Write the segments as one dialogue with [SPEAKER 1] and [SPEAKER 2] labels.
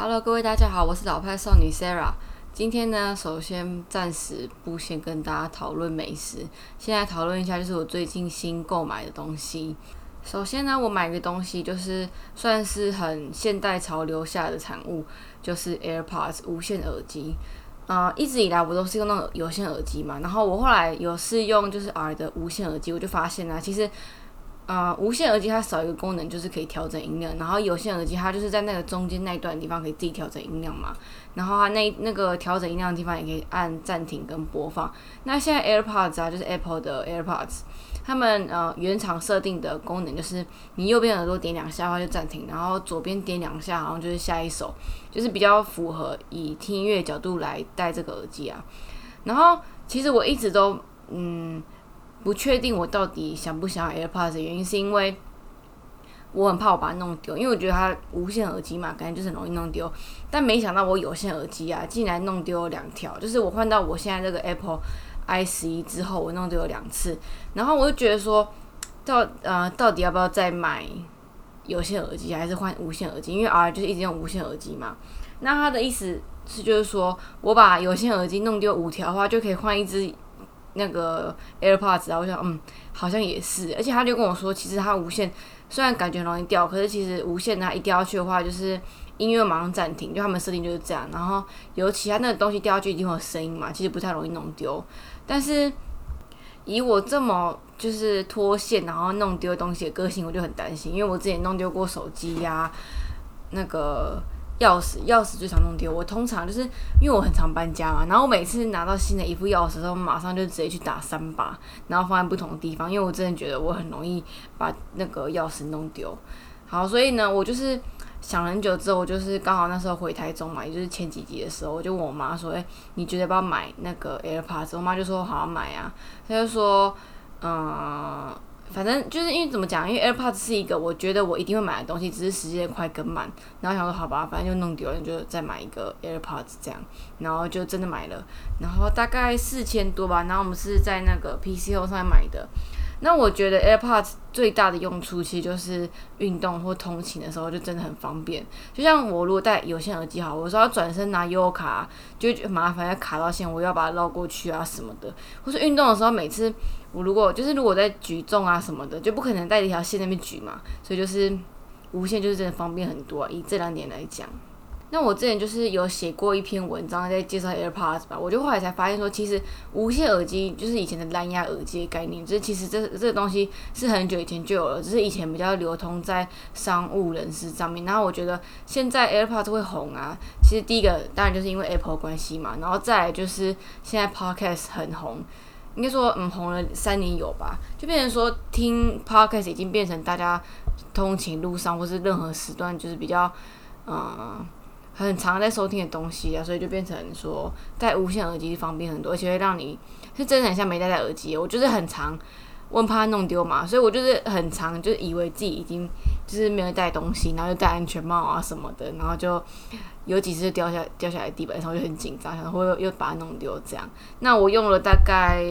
[SPEAKER 1] Hello，各位大家好，我是老派少女 Sarah。今天呢，首先暂时不先跟大家讨论美食，现在讨论一下就是我最近新购买的东西。首先呢，我买个东西就是算是很现代潮流下的产物，就是 AirPods 无线耳机。一直以来我都是用那种有线耳机嘛，然后我后来有试用就是 R 的无线耳机，我就发现其实无线耳机它少一个功能，就是可以调整音量，然后有线耳机它就是在那个中间那一段地方可以自己调整音量嘛，然后它那个调整音量的地方也可以按暂停跟播放。那现在 AirPods 就是 Apple 的 AirPods， 他们原厂设定的功能就是你右边耳朵点2下的话就暂停，然后左边点2下好像就是下一首，就是比较符合以听音乐角度来戴这个耳机啊。然后其实我一直都不确定我到底想不想要 AirPods 的原因，是因为我很怕我把它弄丢，因为我觉得它无线耳机嘛，感觉就是很容易弄丢。但没想到我有线耳机竟然弄丢了2条，就是我换到我现在这个 Apple i11 之后，我弄丢了2次。然后我就觉得说，到底要不要再买有线耳机，还是换无线耳机？因为 R 就是一直用无线耳机嘛。那他的意思是就是说我把有线耳机弄丢5条的话，就可以换一支那个 AirPods 啊，我想好像也是，而且他就跟我说，其实它无线虽然感觉很容易掉，可是其实无线它一掉下去的话，就是音乐马上暂停，就他们设定就是这样。然后尤其他那个东西掉下去一定会有声音嘛，其实不太容易弄丢。但是以我这么就是脱线然后弄丢的东西的个性，我就很担心，因为我之前弄丢过手机那个钥匙最常弄丢。我通常就是因为我很常搬家嘛，然后我每次拿到新的一副钥匙的时候，马上就直接去打3把，然后放在不同的地方，因为我真的觉得我很容易把那个钥匙弄丢。好，所以呢，我就是想了很久之后，我就是刚好那时候回台中嘛，也就是前几集的时候，我就问我妈说：“你觉得要不要买那个 AirPods？” 我妈就说：“好好买啊。”她就说：“反正就是因为怎么讲，因为 AirPods 是一个我觉得我一定会买的东西，只是时间快跟满，然后想说好吧，反正就弄丢了，就再买一个 AirPods 这样，然后就真的买了，然后大概4000多吧，然后我们是在那个 PCO 上面买的。那我觉得 AirPods 最大的用处其实就是运动或通勤的时候就真的很方便。就像我如果戴有线耳机好，我说要转身拿 U 卡，就会很麻烦，要卡到线，我要把它绕过去啊什么的。或是运动的时候，每次我如果在举重啊什么的，就不可能带着一条线在那边举嘛，所以就是无线就是真的方便很多以这2点来讲。那我之前就是有写过一篇文章在介绍 AirPods 吧，我就后来才发现说，其实无线耳机就是以前的蓝牙耳机的概念，就是其实这个东西是很久以前就有了，只是以前比较流通在商务人士上面。然后我觉得现在 AirPods 会红其实第一个当然就是因为 Apple 关系嘛，然后再来就是现在 Podcast 很红。应该说，红了3年有吧，就变成说听 podcast 已经变成大家通勤路上或是任何时段就是比较很常在收听的东西所以就变成说戴无线耳机方便很多，而且会让你是真的很像没戴耳机。我就是很常我很怕它弄丢嘛，所以我就是很常就以为自己已经就是没有带东西，然后就戴安全帽什么的，然后就有几次掉下来地板上，就很紧张，然后又把它弄丢这样。那我用了大概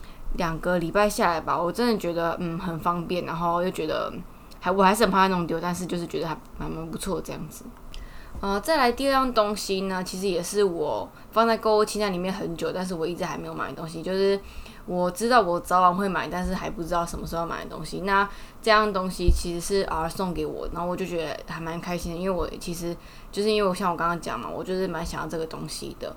[SPEAKER 1] 2个礼拜下来吧，我真的觉得很方便，然后又觉得我还是很怕它弄丢，但是就是觉得还蛮不错这样子。再来第2样东西呢，其实也是我放在购物清单里面很久，但是我一直还没有买的东西，就是我知道我早晚会买，但是还不知道什么时候要买的东西。那这样东西其实是R 送给我，然后我就觉得还蛮开心的，因为我其实就是因为像我刚刚讲嘛，我就是蛮想要这个东西的。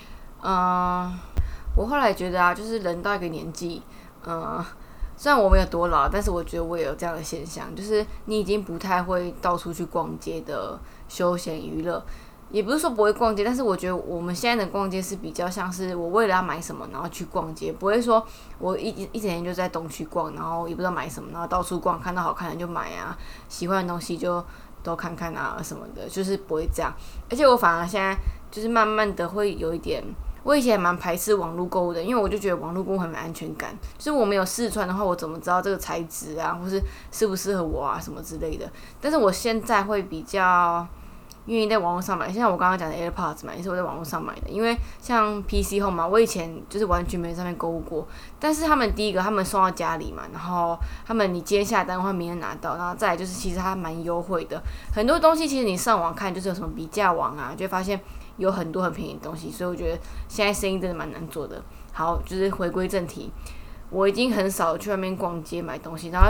[SPEAKER 1] 我后来觉得就是人到一个年纪，虽然我没有多老，但是我觉得我也有这样的现象，就是你已经不太会到处去逛街的休闲娱乐，也不是说不会逛街，但是我觉得我们现在的逛街是比较像是我为了要买什么然后去逛街，不会说我一整天就在东区逛，然后也不知道买什么，然后到处逛，看到好看的就买喜欢的东西就都看看什么的，就是不会这样。而且我反而现在就是慢慢的会有一点。我以前也蛮排斥网络购物的，因为我就觉得网络购物很没安全感，就是我没有试穿的话，我怎么知道这个材质或是适不适合我什么之类的。但是我现在会比较愿意在网络上买，像我刚刚讲的 AirPods 嘛，也是我在网络上买的。因为像 PC Home 嘛，我以前就是完全没在上面购物过，但是他们第一个他们送到家里嘛，然后你今天下单的话，明天拿到，然后再来就是其实它蛮优惠的，很多东西其实你上网看就是有什么比价网啊，就会发现有很多很便宜的东西，所以我觉得现在生意真的蛮难做的。好，就是回归正题，我已经很少去外面逛街买东西，然后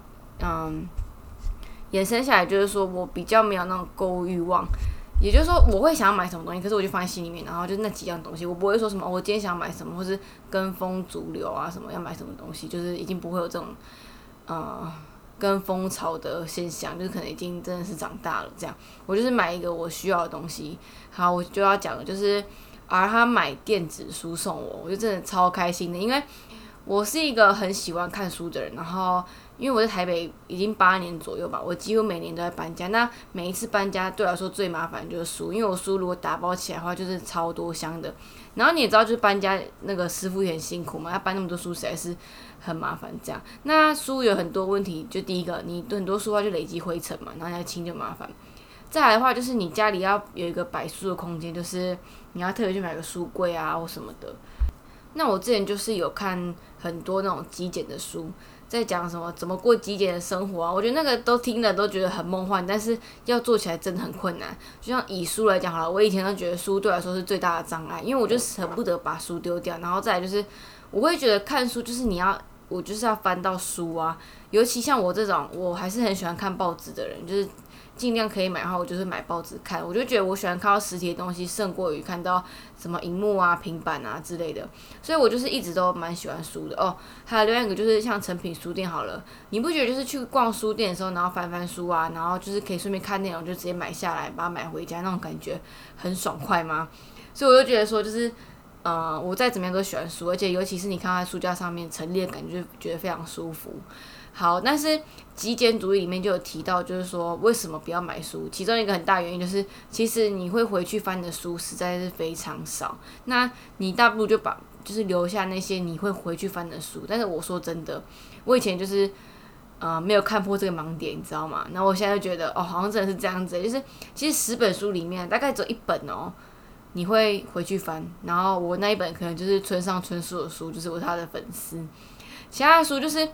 [SPEAKER 1] 延伸下来就是说我比较没有那种购物欲望，也就是说我会想要买什么东西，可是我就放在心里面，然后就那几样东西，我不会说什么我今天想买什么，或是跟风主流啊什么要买什么东西，就是已经不会有这种跟风潮的现象，就是可能已经真的是长大了这样。我就是买一个我需要的东西。好，我就要讲的就是他买电子书送我，我就真的超开心的，因为我是一个很喜欢看书的人，然后因为我在台北已经8年左右吧，我几乎每年都在搬家。那每一次搬家对我来说最麻烦就是书，因为我书如果打包起来的话，就是超多箱的。然后你也知道，就是搬家那个师傅也很辛苦嘛，要搬那么多书实在是很麻烦。这样，那书有很多问题，就第一个，你很多书的话就累积灰尘嘛，然后你要清就麻烦。再来的话，就是你家里要有一个摆书的空间，就是你要特别去买个书柜啊或什么的。那我之前就是有看很多那种极简的书，在讲什么怎么过极简的生活啊，我觉得那个都听了都觉得很梦幻，但是要做起来真的很困难。就像以书来讲好了，我以前都觉得书对我来说是最大的障碍，因为我就舍不得把书丢掉，然后再来就是我会觉得看书就是我就是要翻到书啊，尤其像我这种我还是很喜欢看报纸的人，就是尽量可以买的话，我就是买报纸看。我就觉得我喜欢看到实体的东西，胜过于看到什么荧幕啊、平板啊之类的。所以我就是一直都蛮喜欢书的哦。还有另外一个就是像诚品书店好了，你不觉得就是去逛书店的时候，然后翻翻书啊，然后就是可以顺便看内容，就直接买下来，把它买回家，那种感觉很爽快吗？所以我就觉得说，就是我再怎么样都喜欢书，而且尤其是你看它书架上面陈列的感觉，就觉得非常舒服。好，但是极简主义里面就有提到，就是说为什么不要买书？其中一个很大原因就是，其实你会回去翻的书实在是非常少。那你大不如就是留下那些你会回去翻的书。但是我说真的，我以前就是没有看破这个盲点，你知道吗？那我现在就觉得好像真的是这样子，就是其实10本书里面大概只有1本你会回去翻，然后我那一本可能就是村上春树的书，就是我他的粉丝。其他的书就是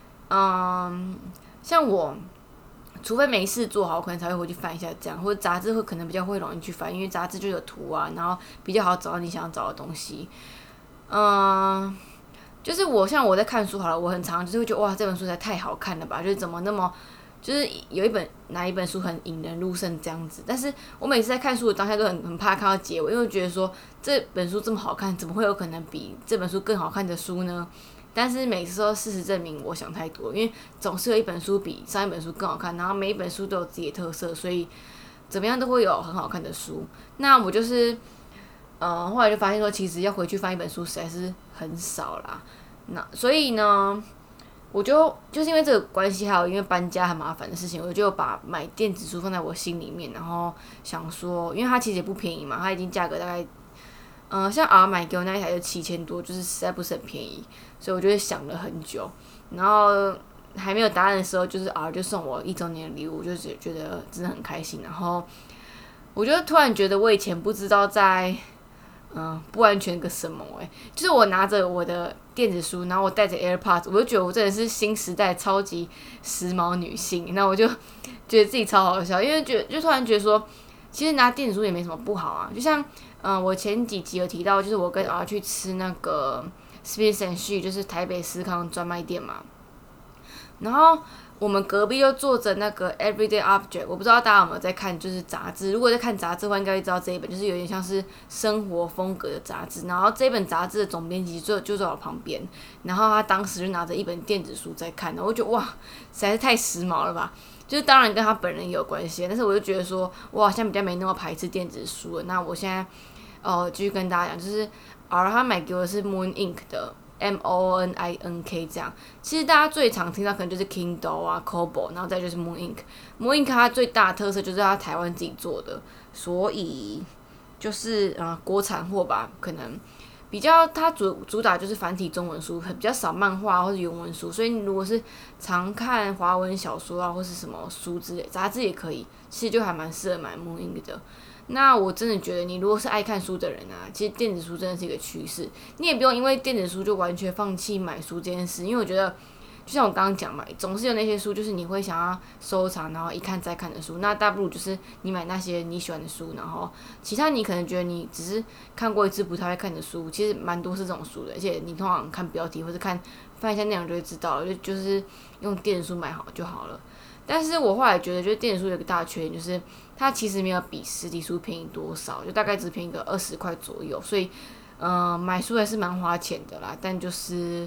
[SPEAKER 1] 像我，除非没事做好，可能才会回去翻一下这样，或者杂志可能比较会容易去翻，因为杂志就有图啊，然后比较好找到你想要找的东西。就是像我在看书好了，我很常就是会觉得哇，这本书实在太好看了吧，就是怎么那么就是哪一本书很引人入胜这样子。但是我每次在看书的当下都很怕看到结尾，因为我觉得说这本书这么好看，怎么会有可能比这本书更好看的书呢？但是每次都事实证明我想太多，因为总是有一本书比上一本书更好看，然后每一本书都有自己的特色，所以怎么样都会有很好看的书。那我就是后来就发现说，其实要回去翻一本书实在是很少啦。那所以呢，我就是因为这个关系，还有因为搬家很麻烦的事情，我就把买电子书放在我心里面，然后想说，因为它其实也不便宜嘛，它已经价格大概像 R 买给我那一台就7000多，就是实在不是很便宜，所以我就想了很久，然后还没有答案的时候，就是 R 就送我1周年的礼物，我就觉得真的很开心。然后我就突然觉得我以前不知道在不安全个什么就是我拿着我的电子书，然后我带着 AirPods， 我就觉得我真的是新时代超级时髦女性。那我就觉得自己超好笑，因为就突然觉得说，其实拿电子书也没什么不好啊，就像。我前几集有提到，就是我跟R去吃那个 Spitz and She， 就是台北思康专卖店嘛。然后我们隔壁又坐着那个 Everyday Object， 我不知道大家有没有在看，就是杂志。如果在看杂志的话，应该会知道这一本就是有点像是生活风格的杂志。然后这本杂志的总编辑就在我旁边，然后他当时就拿着一本电子书在看，然后我就觉得哇，实在是太时髦了吧。就是当然跟他本人也有关系，但是我就觉得说，哇，现在比较没那么排斥电子书了。那我现在继续跟大家讲，就是他买给我的是 Moon Ink 的 MONINK 这样。其实大家最常听到可能就是 Kindle 啊 Kobo， 然后再就是 Moon Ink。Moon Ink 它最大的特色就是它台湾自己做的，所以就是国产货吧，可能它主打就是繁体中文书，比较少漫画或者原文书，所以你如果是常看华文小说啊，或是什么书之类，杂志也可以，其实就还蛮适合买 Moon Ink 的。那我真的觉得，你如果是爱看书的人啊，其实电子书真的是一个趋势，你也不用因为电子书就完全放弃买书这件事，因为我觉得。就像我刚刚讲嘛，总是有那些书，就是你会想要收藏，然后一看再看的书。那大不如就是你买那些你喜欢的书，然后其他你可能觉得你只是看过一次不太会看的书，其实蛮多是这种书的。而且你通常看标题或者翻一下内容就会知道了，就是用电子书买好就好了。但是我后来觉得，就是电子书有一个大缺点，就是它其实没有比实体书便宜多少，就大概只便宜个20块左右。所以，买书还是蛮花钱的啦。但就是，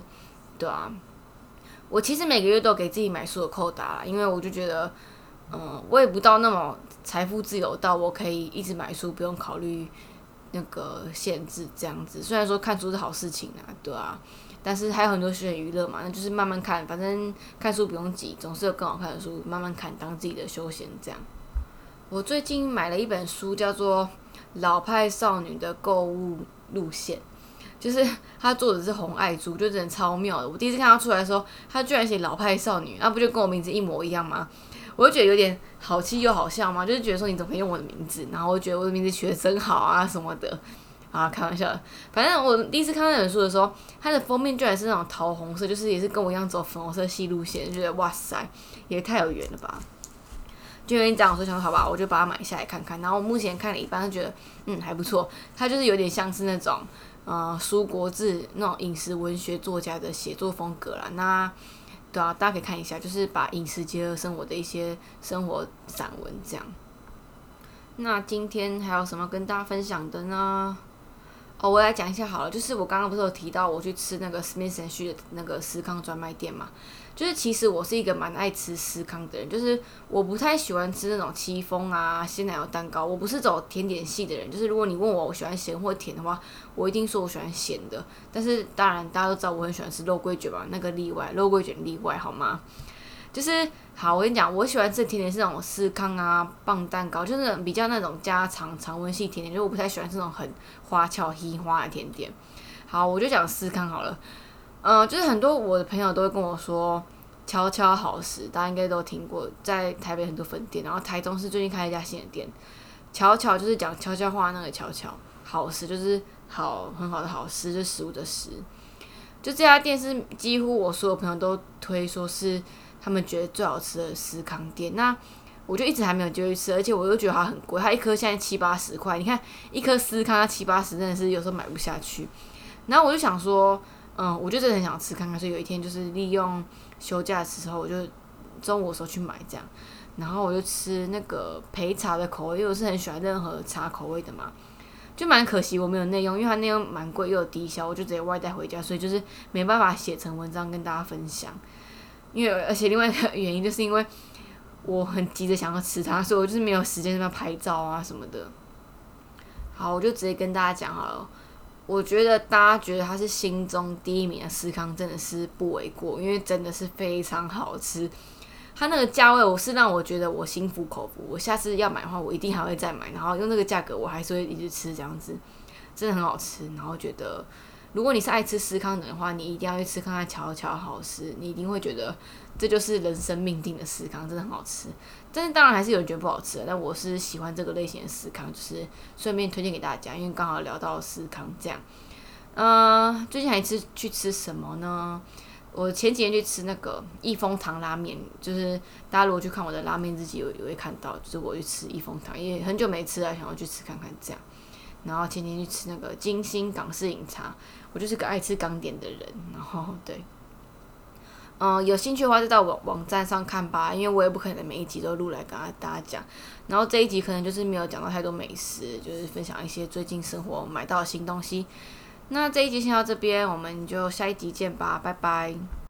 [SPEAKER 1] 对啊。我其实每个月都有给自己买书的扣打啦，因为我就觉得，我也不到那么财富自由到我可以一直买书，不用考虑那个限制这样子。虽然说看书是好事情啊，对啊，但是还有很多休闲娱乐嘛，那就是慢慢看，反正看书不用急，总是有更好看的书，慢慢看当自己的休闲这样。我最近买了一本书，叫做《老派少女的购物路线》。就是他作者是洪爱珠，就真的超妙的。我第一次看他出来的时候，他居然写老派少女，那不就跟我名字一模一样吗？我就觉得有点好气又好笑嘛，就是觉得说你怎么可以用我的名字，然后我就觉得我的名字取得真好啊什么的啊，开玩笑的。反正我第一次看那本书的时候，它的封面居然是那种桃红色，就是也是跟我一样走粉红色系路线，就觉得哇塞，也太有缘了吧。就因为这样，我就想说好吧，我就把它买下来看看。然后我目前看了一半，就觉得还不错。它就是有点像是那种苏国志那种饮食文学作家的写作风格啦。那对啊，大家可以看一下，就是把饮食结合生活的一些生活散文这样。那今天还有什么跟大家分享的呢？我来讲一下好了，就是我刚刚不是有提到我去吃那个 Smith & Schuh 的那个司康专卖店嘛，就是其实我是一个蛮爱吃司康的人，就是我不太喜欢吃那种戚风啊、鲜奶油蛋糕，我不是走甜点系的人，就是如果你问我喜欢咸或甜的话，我一定说我喜欢咸的，但是当然大家都知道我很喜欢吃肉桂卷嘛，那个例外，肉桂卷例外好吗？就是好，我跟你讲，我喜欢吃的甜点是那种司康啊、棒蛋糕，就是比较那种家常温系甜点，就是我不太喜欢这种很花俏、稀花的甜点。好，我就讲司康好了。就是很多我的朋友都会跟我说，悄悄好食，大家应该都听过，在台北很多分店，然后台中是最近开了一家新的店。悄悄就是讲悄悄话那个悄悄，好食就是很好的好食，就是食物的食。就这家店是几乎我所有朋友都推说是他们觉得最好吃的司康店，那我就一直还没有机会吃，而且我又觉得它很贵，它一颗现在70-80块，你看一颗司康它70-80，真的是有时候买不下去。然后我就想说，我就真的很想吃看看，所以有一天就是利用休假的时候，我就中午的时候去买这样，然后我就吃那个焙茶的口味，因为我是很喜欢任何茶口味的嘛。就蛮可惜我没有内用，因为它内容蛮贵又有低消，我就直接外带回家，所以就是没办法写成文章跟大家分享。因为而且另外一个原因就是因为我很急着想要吃它，所以我就是没有时间在那拍照啊什么的。好，我就直接跟大家讲好了。我觉得大家觉得它是心中第一名的司康，真的是不为过，因为真的是非常好吃。它那个价位，我是让我觉得我心服口服。我下次要买的话，我一定还会再买。然后用那个价格，我还是会一直吃这样子，真的很好吃。然后觉得，如果你是爱吃司康的人的话，你一定要去吃看看巧巧好吃，你一定会觉得这就是人生命定的司康，真的很好吃。但是当然还是有人觉得不好吃的，但我是喜欢这个类型的司康，就是顺便推荐给大家，因为刚好聊到司康这样。最近还去吃什么呢？我前几天去吃那个益丰堂拉面，就是大家如果去看我的拉面日记，也会看到，就是我去吃益丰堂，也很久没吃了，想要去吃看看这样。然后前天去吃那个金星港式饮茶，我就是个爱吃港点的人，然后对，有兴趣的话就到网站上看吧，因为我也不可能每一集都录来跟大家讲。然后这一集可能就是没有讲到太多美食，就是分享一些最近生活买到的新东西。那这一集先到这边，我们就下一集见吧，拜拜。